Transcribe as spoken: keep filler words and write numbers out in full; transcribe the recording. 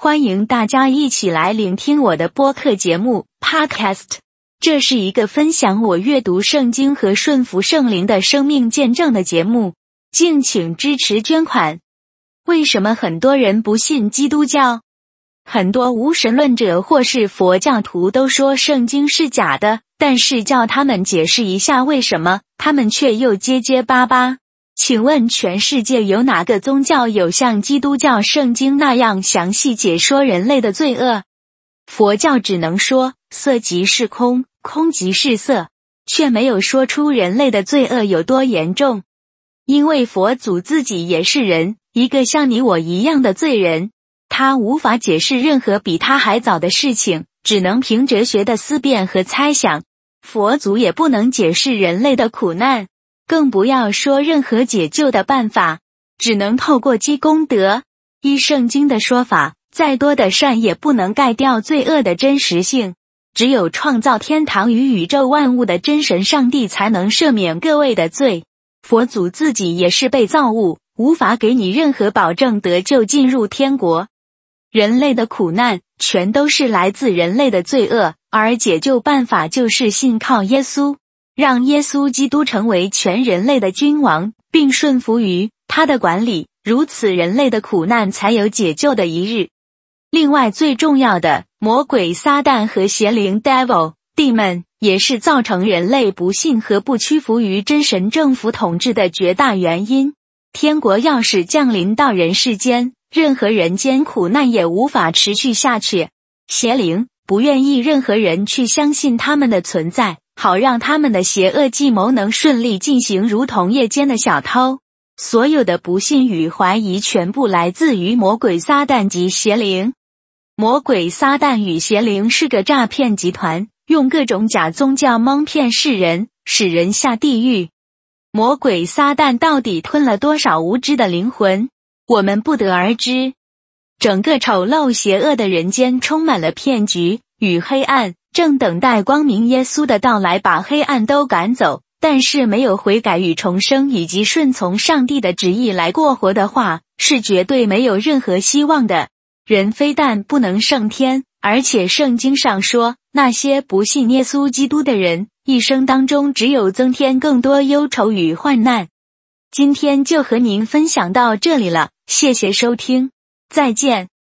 欢迎大家一起来聆听我的播客节目 Podcast。 这是一个分享我阅读圣经和顺服圣灵的生命见证的节目，敬请支持捐款。为什么很多人不信基督教？很多无神论者或是佛教徒都说圣经是假的，但是叫他们解释一下为什么，他们却又结结巴巴。请问全世界有哪个宗教有像基督教圣经那样详细解说人类的罪恶？佛教只能说色即是空，空即是色，却没有说出人类的罪恶有多严重。因为佛祖自己也是人，一个像你我一样的罪人，他无法解释任何比他还早的事情，只能凭哲学的思辨和猜想。佛祖也不能解释人类的苦难，更不要说任何解救的办法，只能透过积功德。依圣经的说法，再多的善也不能盖掉罪恶的真实性，只有创造天堂与宇宙万物的真神上帝才能赦免各位的罪。佛祖自己也是被造物，无法给你任何保证得救进入天国。人类的苦难全都是来自人类的罪恶，而解救办法就是信靠耶稣，让耶稣基督成为全人类的君王，并顺服于他的管理，如此人类的苦难才有解救的一日。另外最重要的，魔鬼撒旦和邪灵 devil demon 也是造成人类不信和不屈服于真神政府统治的绝大原因。天国要是降临到人世间，任何人间苦难也无法持续下去。邪灵不愿意任何人去相信他们的存在，好让他们的邪恶计谋能顺利进行，如同夜间的小偷。所有的不信与怀疑全部来自于魔鬼撒旦及邪灵。魔鬼撒旦与邪灵是个诈骗集团，用各种假宗教蒙骗世人，使人下地狱。魔鬼撒旦到底吞了多少无知的灵魂，我们不得而知。整个丑陋邪恶的人间充满了骗局与黑暗，正等待光明耶稣的到来把黑暗都赶走，但是没有悔改与重生以及顺从上帝的旨意来过活的话，是绝对没有任何希望的。人非但不能升天，而且圣经上说，那些不信耶稣基督的人，一生当中只有增添更多忧愁与患难。今天就和您分享到这里了，谢谢收听，再见。